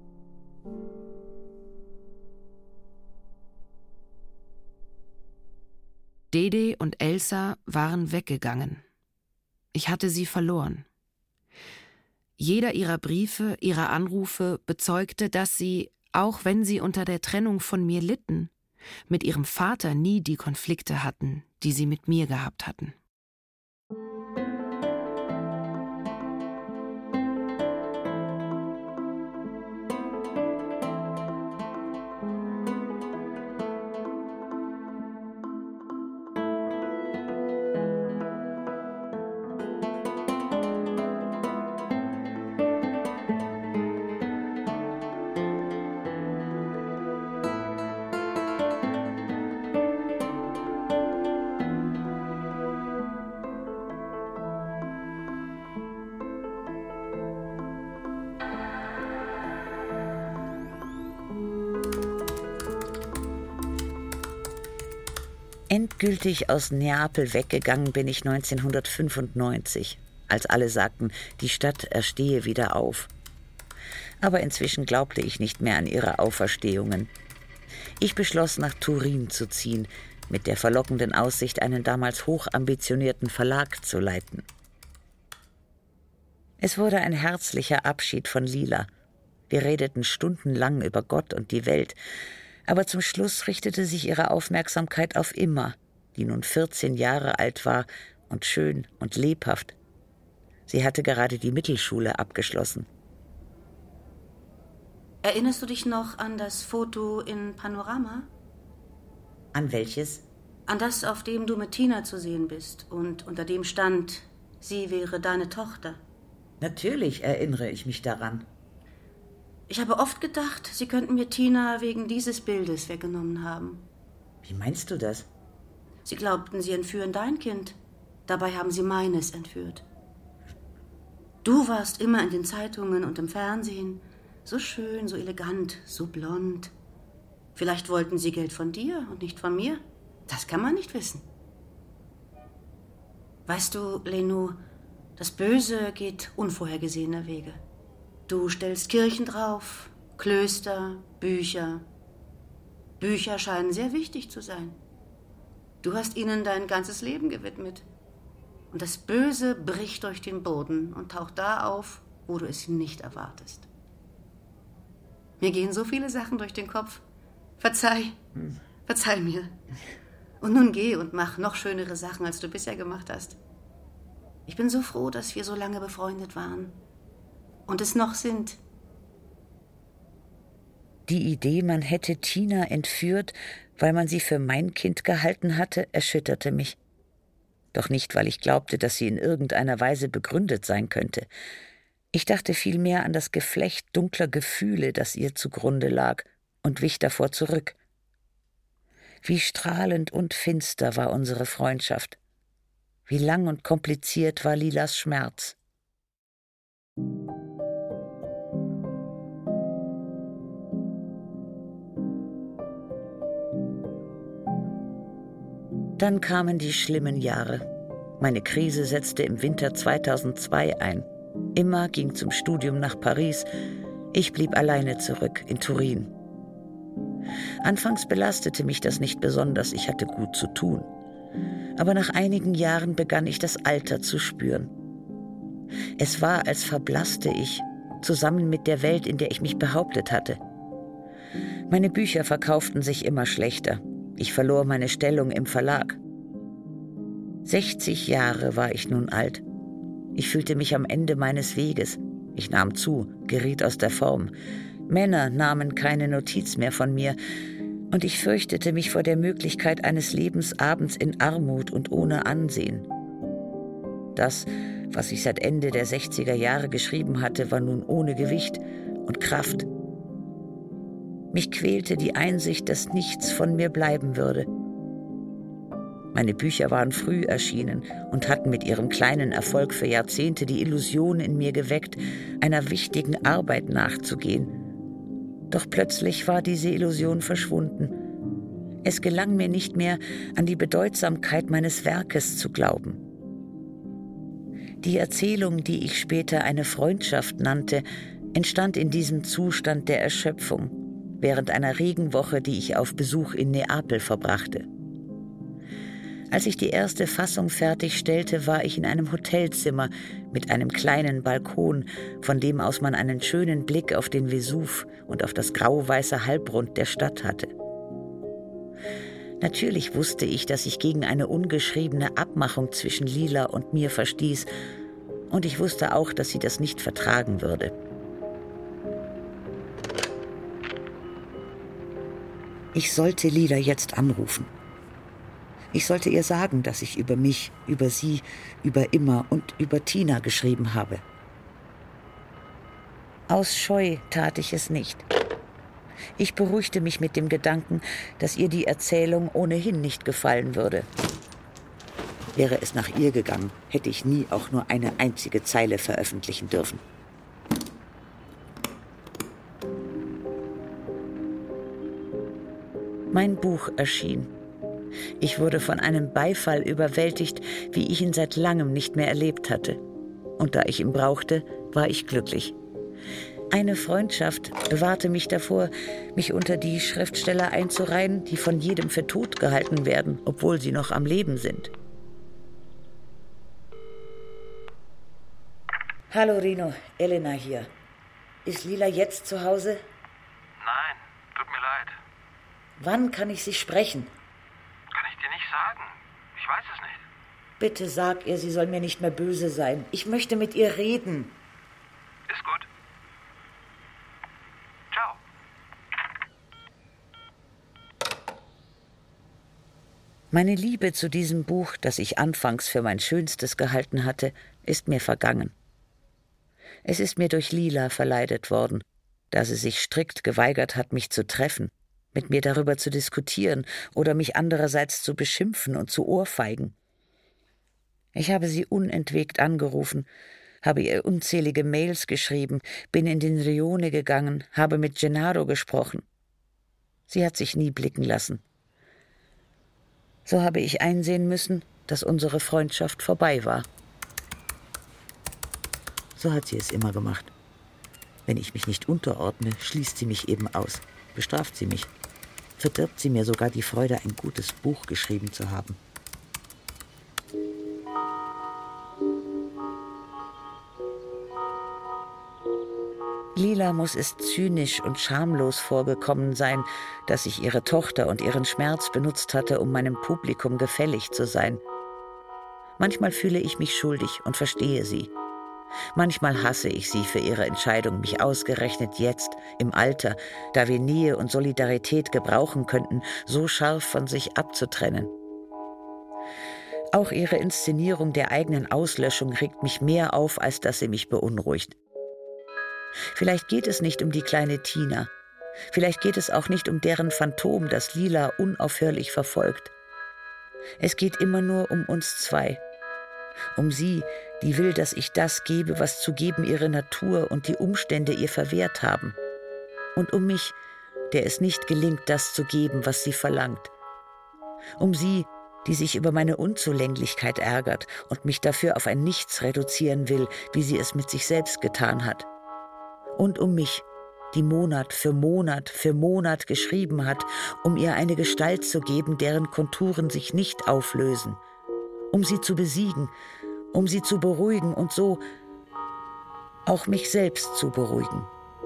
Dede und Elsa waren weggegangen. Ich hatte sie verloren. Jeder ihrer Briefe, ihrer Anrufe bezeugte, dass sie, auch wenn sie unter der Trennung von mir litten, mit ihrem Vater nie die Konflikte hatten, die sie mit mir gehabt hatten. Endgültig aus Neapel weggegangen bin ich 1995, als alle sagten, die Stadt erstehe wieder auf. Aber inzwischen glaubte ich nicht mehr an ihre Auferstehungen. Ich beschloss, nach Turin zu ziehen, mit der verlockenden Aussicht, einen damals hochambitionierten Verlag zu leiten. Es wurde ein herzlicher Abschied von Lila. Wir redeten stundenlang über Gott und die Welt, aber zum Schluss richtete sich ihre Aufmerksamkeit auf Imma, die nun 14 Jahre alt war und schön und lebhaft. Sie hatte gerade die Mittelschule abgeschlossen. Erinnerst du dich noch an das Foto in Panorama? An welches? An das, auf dem du mit Tina zu sehen bist und unter dem stand, sie wäre deine Tochter. Natürlich erinnere ich mich daran. Ich habe oft gedacht, sie könnten mir Tina wegen dieses Bildes weggenommen haben. Wie meinst du das? Sie glaubten, sie entführen dein Kind. Dabei haben sie meines entführt. Du warst immer in den Zeitungen und im Fernsehen. So schön, so elegant, so blond. Vielleicht wollten sie Geld von dir und nicht von mir. Das kann man nicht wissen. Weißt du, Leno, das Böse geht unvorhergesehener Wege. Du stellst Kirchen drauf, Klöster, Bücher. Bücher scheinen sehr wichtig zu sein. Du hast ihnen dein ganzes Leben gewidmet. Und das Böse bricht durch den Boden und taucht da auf, wo du es nicht erwartest. Mir gehen so viele Sachen durch den Kopf. Verzeih mir. Und nun geh und mach noch schönere Sachen, als du bisher gemacht hast. Ich bin so froh, dass wir so lange befreundet waren. Und es noch sind. Die Idee, man hätte Tina entführt, weil man sie für mein Kind gehalten hatte, erschütterte mich. Doch nicht, weil ich glaubte, dass sie in irgendeiner Weise begründet sein könnte. Ich dachte vielmehr an das Geflecht dunkler Gefühle, das ihr zugrunde lag, und wich davor zurück. Wie strahlend und finster war unsere Freundschaft. Wie lang und kompliziert war Lilas Schmerz. Dann kamen die schlimmen Jahre. Meine Krise setzte im Winter 2002 ein. Imma ging zum Studium nach Paris. Ich blieb alleine zurück in Turin. Anfangs belastete mich das nicht besonders, ich hatte gut zu tun. Aber nach einigen Jahren begann ich das Alter zu spüren. Es war, als verblasste ich, zusammen mit der Welt, in der ich mich behauptet hatte. Meine Bücher verkauften sich immer schlechter. Ich verlor meine Stellung im Verlag. 60 Jahre war ich nun alt. Ich fühlte mich am Ende meines Weges. Ich nahm zu, geriet aus der Form. Männer nahmen keine Notiz mehr von mir, und ich fürchtete mich vor der Möglichkeit eines Lebensabends in Armut und ohne Ansehen. Das, was ich seit Ende der 60er Jahre geschrieben hatte, war nun ohne Gewicht und Kraft. Mich quälte die Einsicht, dass nichts von mir bleiben würde. Meine Bücher waren früh erschienen und hatten mit ihrem kleinen Erfolg für Jahrzehnte die Illusion in mir geweckt, einer wichtigen Arbeit nachzugehen. Doch plötzlich war diese Illusion verschwunden. Es gelang mir nicht mehr, an die Bedeutsamkeit meines Werkes zu glauben. Die Erzählung, die ich später eine Freundschaft nannte, entstand in diesem Zustand der Erschöpfung, während einer Regenwoche, die ich auf Besuch in Neapel verbrachte. Als ich die erste Fassung fertigstellte, war ich in einem Hotelzimmer mit einem kleinen Balkon, von dem aus man einen schönen Blick auf den Vesuv und auf das grau-weiße Halbrund der Stadt hatte. Natürlich wusste ich, dass ich gegen eine ungeschriebene Abmachung zwischen Lila und mir verstieß, und ich wusste auch, dass sie das nicht vertragen würde. Ich sollte Lila jetzt anrufen. Ich sollte ihr sagen, dass ich über mich, über sie, über Immer und über Tina geschrieben habe. Aus Scheu tat ich es nicht. Ich beruhigte mich mit dem Gedanken, dass ihr die Erzählung ohnehin nicht gefallen würde. Wäre es nach ihr gegangen, hätte ich nie auch nur eine einzige Zeile veröffentlichen dürfen. Mein Buch erschien. Ich wurde von einem Beifall überwältigt, wie ich ihn seit langem nicht mehr erlebt hatte. Und da ich ihn brauchte, war ich glücklich. Eine Freundschaft bewahrte mich davor, mich unter die Schriftsteller einzureihen, die von jedem für tot gehalten werden, obwohl sie noch am Leben sind. Hallo Rino, Elena hier. Ist Lila jetzt zu Hause? Nein, tut mir leid. Wann kann ich Sie sprechen? Kann ich dir nicht sagen. Ich weiß es nicht. Bitte sag ihr, sie soll mir nicht mehr böse sein. Ich möchte mit ihr reden. Ist gut. Ciao. Meine Liebe zu diesem Buch, das ich anfangs für mein Schönstes gehalten hatte, ist mir vergangen. Es ist mir durch Lila verleidet worden, da sie sich strikt geweigert hat, mich zu treffen, mit mir darüber zu diskutieren oder mich andererseits zu beschimpfen und zu ohrfeigen. Ich habe sie unentwegt angerufen, habe ihr unzählige Mails geschrieben, bin in den Rione gegangen, habe mit Gennaro gesprochen. Sie hat sich nie blicken lassen. So habe ich einsehen müssen, dass unsere Freundschaft vorbei war. So hat sie es immer gemacht. Wenn ich mich nicht unterordne, schließt sie mich eben aus, bestraft sie mich, verdirbt sie mir sogar die Freude, ein gutes Buch geschrieben zu haben. Lila muss es zynisch und schamlos vorgekommen sein, dass ich ihre Tochter und ihren Schmerz benutzt hatte, um meinem Publikum gefällig zu sein. Manchmal fühle ich mich schuldig und verstehe sie. Manchmal hasse ich sie für ihre Entscheidung, mich ausgerechnet jetzt, im Alter, da wir Nähe und Solidarität gebrauchen könnten, so scharf von sich abzutrennen. Auch ihre Inszenierung der eigenen Auslöschung regt mich mehr auf, als dass sie mich beunruhigt. Vielleicht geht es nicht um die kleine Tina. Vielleicht geht es auch nicht um deren Phantom, das Lila unaufhörlich verfolgt. Es geht immer nur um uns zwei. Um sie, die will, dass ich das gebe, was zu geben ihre Natur und die Umstände ihr verwehrt haben. Und um mich, der es nicht gelingt, das zu geben, was sie verlangt. Um sie, die sich über meine Unzulänglichkeit ärgert und mich dafür auf ein Nichts reduzieren will, wie sie es mit sich selbst getan hat. Und um mich, die Monat für Monat für Monat geschrieben hat, um ihr eine Gestalt zu geben, deren Konturen sich nicht auflösen, um sie zu besiegen, um sie zu beruhigen und so auch mich selbst zu beruhigen.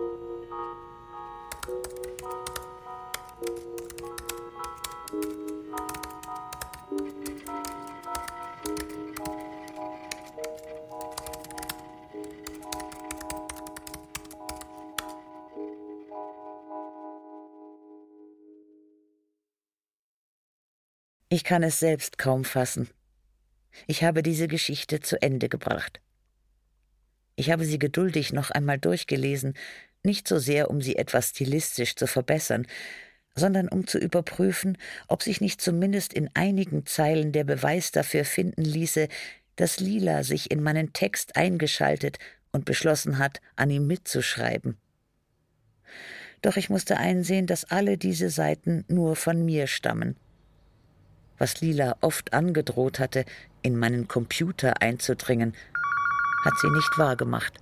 Ich kann es selbst kaum fassen. Ich habe diese Geschichte zu Ende gebracht. Ich habe sie geduldig noch einmal durchgelesen, nicht so sehr, um sie etwas stilistisch zu verbessern, sondern um zu überprüfen, ob sich nicht zumindest in einigen Zeilen der Beweis dafür finden ließe, dass Lila sich in meinen Text eingeschaltet und beschlossen hat, an ihm mitzuschreiben. Doch ich musste einsehen, dass alle diese Seiten nur von mir stammen. Was Lila oft angedroht hatte, in meinen Computer einzudringen, hat sie nicht wahrgemacht.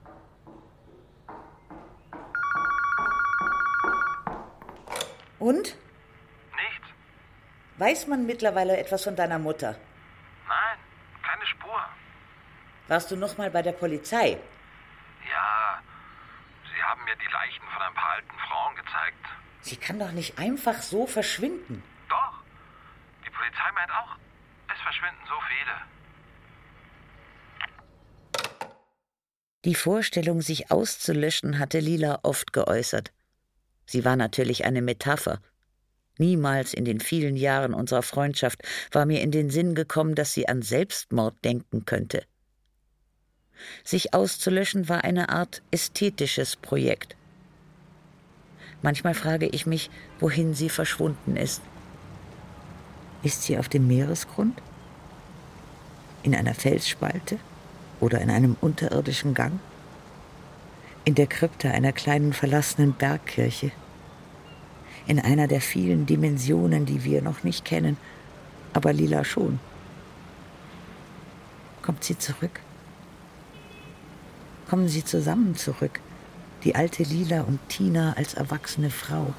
Und? Nichts. Weiß man mittlerweile etwas von deiner Mutter? Nein, keine Spur. Warst du noch mal bei der Polizei? Ja, sie haben mir die Leichen von ein paar alten Frauen gezeigt. Sie kann doch nicht einfach so verschwinden. Doch. Die Polizei meint auch, es verschwinden so viele. Die Vorstellung, sich auszulöschen, hatte Lila oft geäußert. Sie war natürlich eine Metapher. Niemals in den vielen Jahren unserer Freundschaft war mir in den Sinn gekommen, dass sie an Selbstmord denken könnte. Sich auszulöschen war eine Art ästhetisches Projekt. Manchmal frage ich mich, wohin sie verschwunden ist. Ist sie auf dem Meeresgrund? In einer Felsspalte? Oder in einem unterirdischen Gang? In der Krypta einer kleinen verlassenen Bergkirche? In einer der vielen Dimensionen, die wir noch nicht kennen, aber Lila schon. Kommt sie zurück? Kommen sie zusammen zurück, die alte Lila und Tina als erwachsene Frau?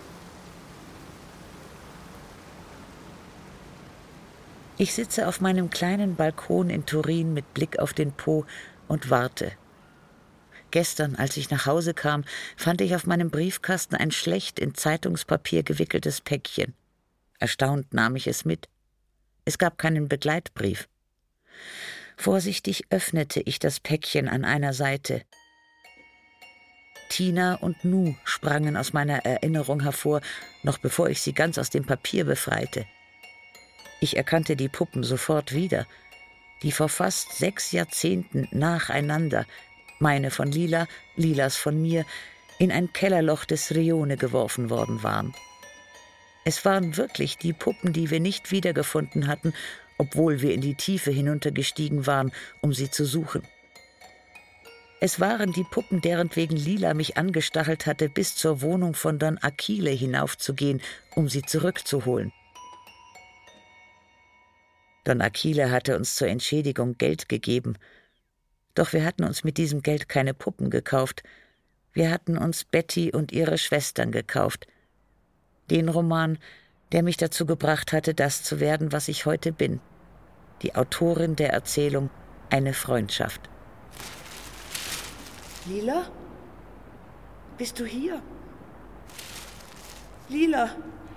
Ich sitze auf meinem kleinen Balkon in Turin mit Blick auf den Po und warte. Gestern, als ich nach Hause kam, fand ich auf meinem Briefkasten ein schlecht in Zeitungspapier gewickeltes Päckchen. Erstaunt nahm ich es mit. Es gab keinen Begleitbrief. Vorsichtig öffnete ich das Päckchen an einer Seite. Tina und Nu sprangen aus meiner Erinnerung hervor, noch bevor ich sie ganz aus dem Papier befreite. Ich erkannte die Puppen sofort wieder, die vor fast 6 Jahrzehnten nacheinander, meine von Lila, Lilas von mir, in ein Kellerloch des Rione geworfen worden waren. Es waren wirklich die Puppen, die wir nicht wiedergefunden hatten, obwohl wir in die Tiefe hinuntergestiegen waren, um sie zu suchen. Es waren die Puppen, deretwegen Lila mich angestachelt hatte, bis zur Wohnung von Don Achille hinaufzugehen, um sie zurückzuholen. Don Achille hatte uns zur Entschädigung Geld gegeben. Doch wir hatten uns mit diesem Geld keine Puppen gekauft. Wir hatten uns Betty und ihre Schwestern gekauft. Den Roman, der mich dazu gebracht hatte, das zu werden, was ich heute bin. Die Autorin der Erzählung Eine Freundschaft. Lila? Bist du hier? Lila?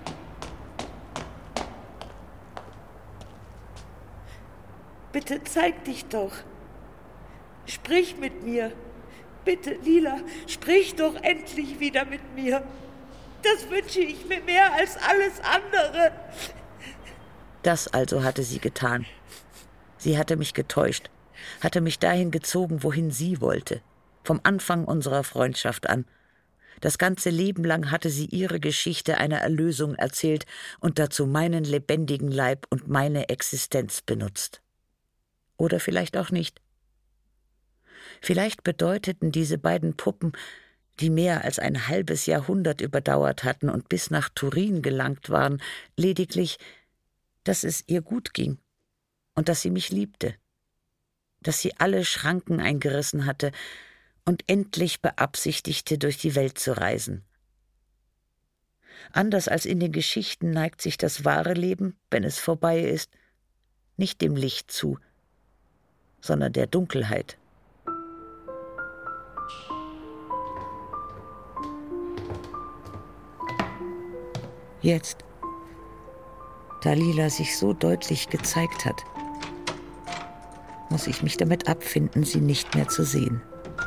Bitte zeig dich doch. Sprich mit mir. Bitte, Lila, sprich doch endlich wieder mit mir. Das wünsche ich mir mehr als alles andere. Das also hatte sie getan. Sie hatte mich getäuscht, hatte mich dahin gezogen, wohin sie wollte. Vom Anfang unserer Freundschaft an. Das ganze Leben lang hatte sie ihre Geschichte einer Erlösung erzählt und dazu meinen lebendigen Leib und meine Existenz benutzt. Oder vielleicht auch nicht. Vielleicht bedeuteten diese beiden Puppen, die mehr als ein halbes Jahrhundert überdauert hatten und bis nach Turin gelangt waren, lediglich, dass es ihr gut ging und dass sie mich liebte, dass sie alle Schranken eingerissen hatte und endlich beabsichtigte, durch die Welt zu reisen. Anders als in den Geschichten neigt sich das wahre Leben, wenn es vorbei ist, nicht dem Licht zu, sondern der Dunkelheit. Jetzt, da Lila sich so deutlich gezeigt hat, muss ich mich damit abfinden, sie nicht mehr zu sehen.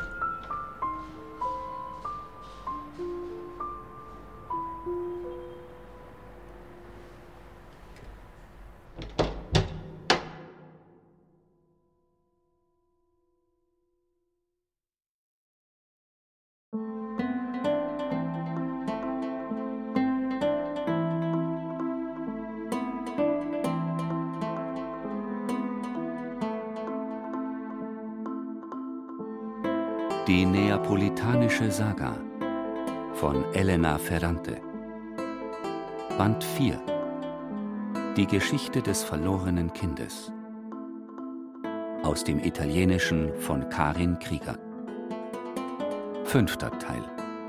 Die Neapolitanische Saga von Elena Ferrante. Band 4. Die Geschichte des verlorenen Kindes. Aus dem Italienischen von Karin Krieger. 5. Teil.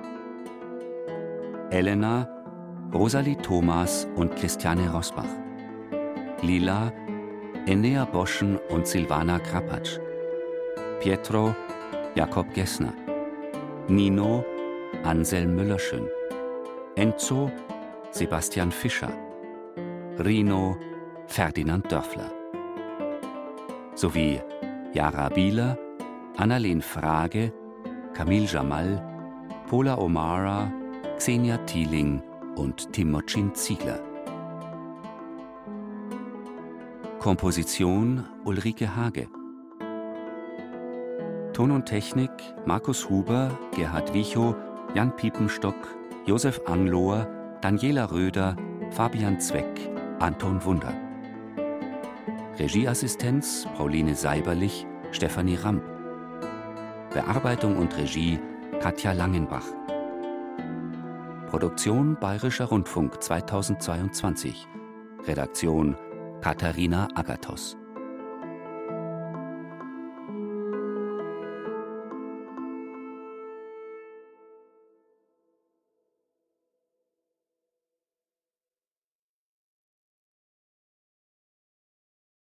Elena, Rosalie Thomas und Christiane Rosbach. Lila, Enea Boschen und Silvana Krapatsch. Pietro, Jakob Gessner. Nino, Anselm Müllerschön. Enzo, Sebastian Fischer. Rino, Ferdinand Dörfler. Sowie Yara Bieler, Annalene Frage, Camille Jamal, Pola O'Mara, Xenia Thieling und Timocin Ziegler. Komposition Ulrike Hage. Ton und Technik Markus Huber, Gerhard Wichow, Jan Piepenstock, Josef Anglohr, Daniela Röder, Fabian Zweck, Anton Wunder. Regieassistenz Pauline Seiberlich, Stefanie Ramp. Bearbeitung und Regie Katja Langenbach. Produktion Bayerischer Rundfunk 2022. Redaktion Katharina Agathos.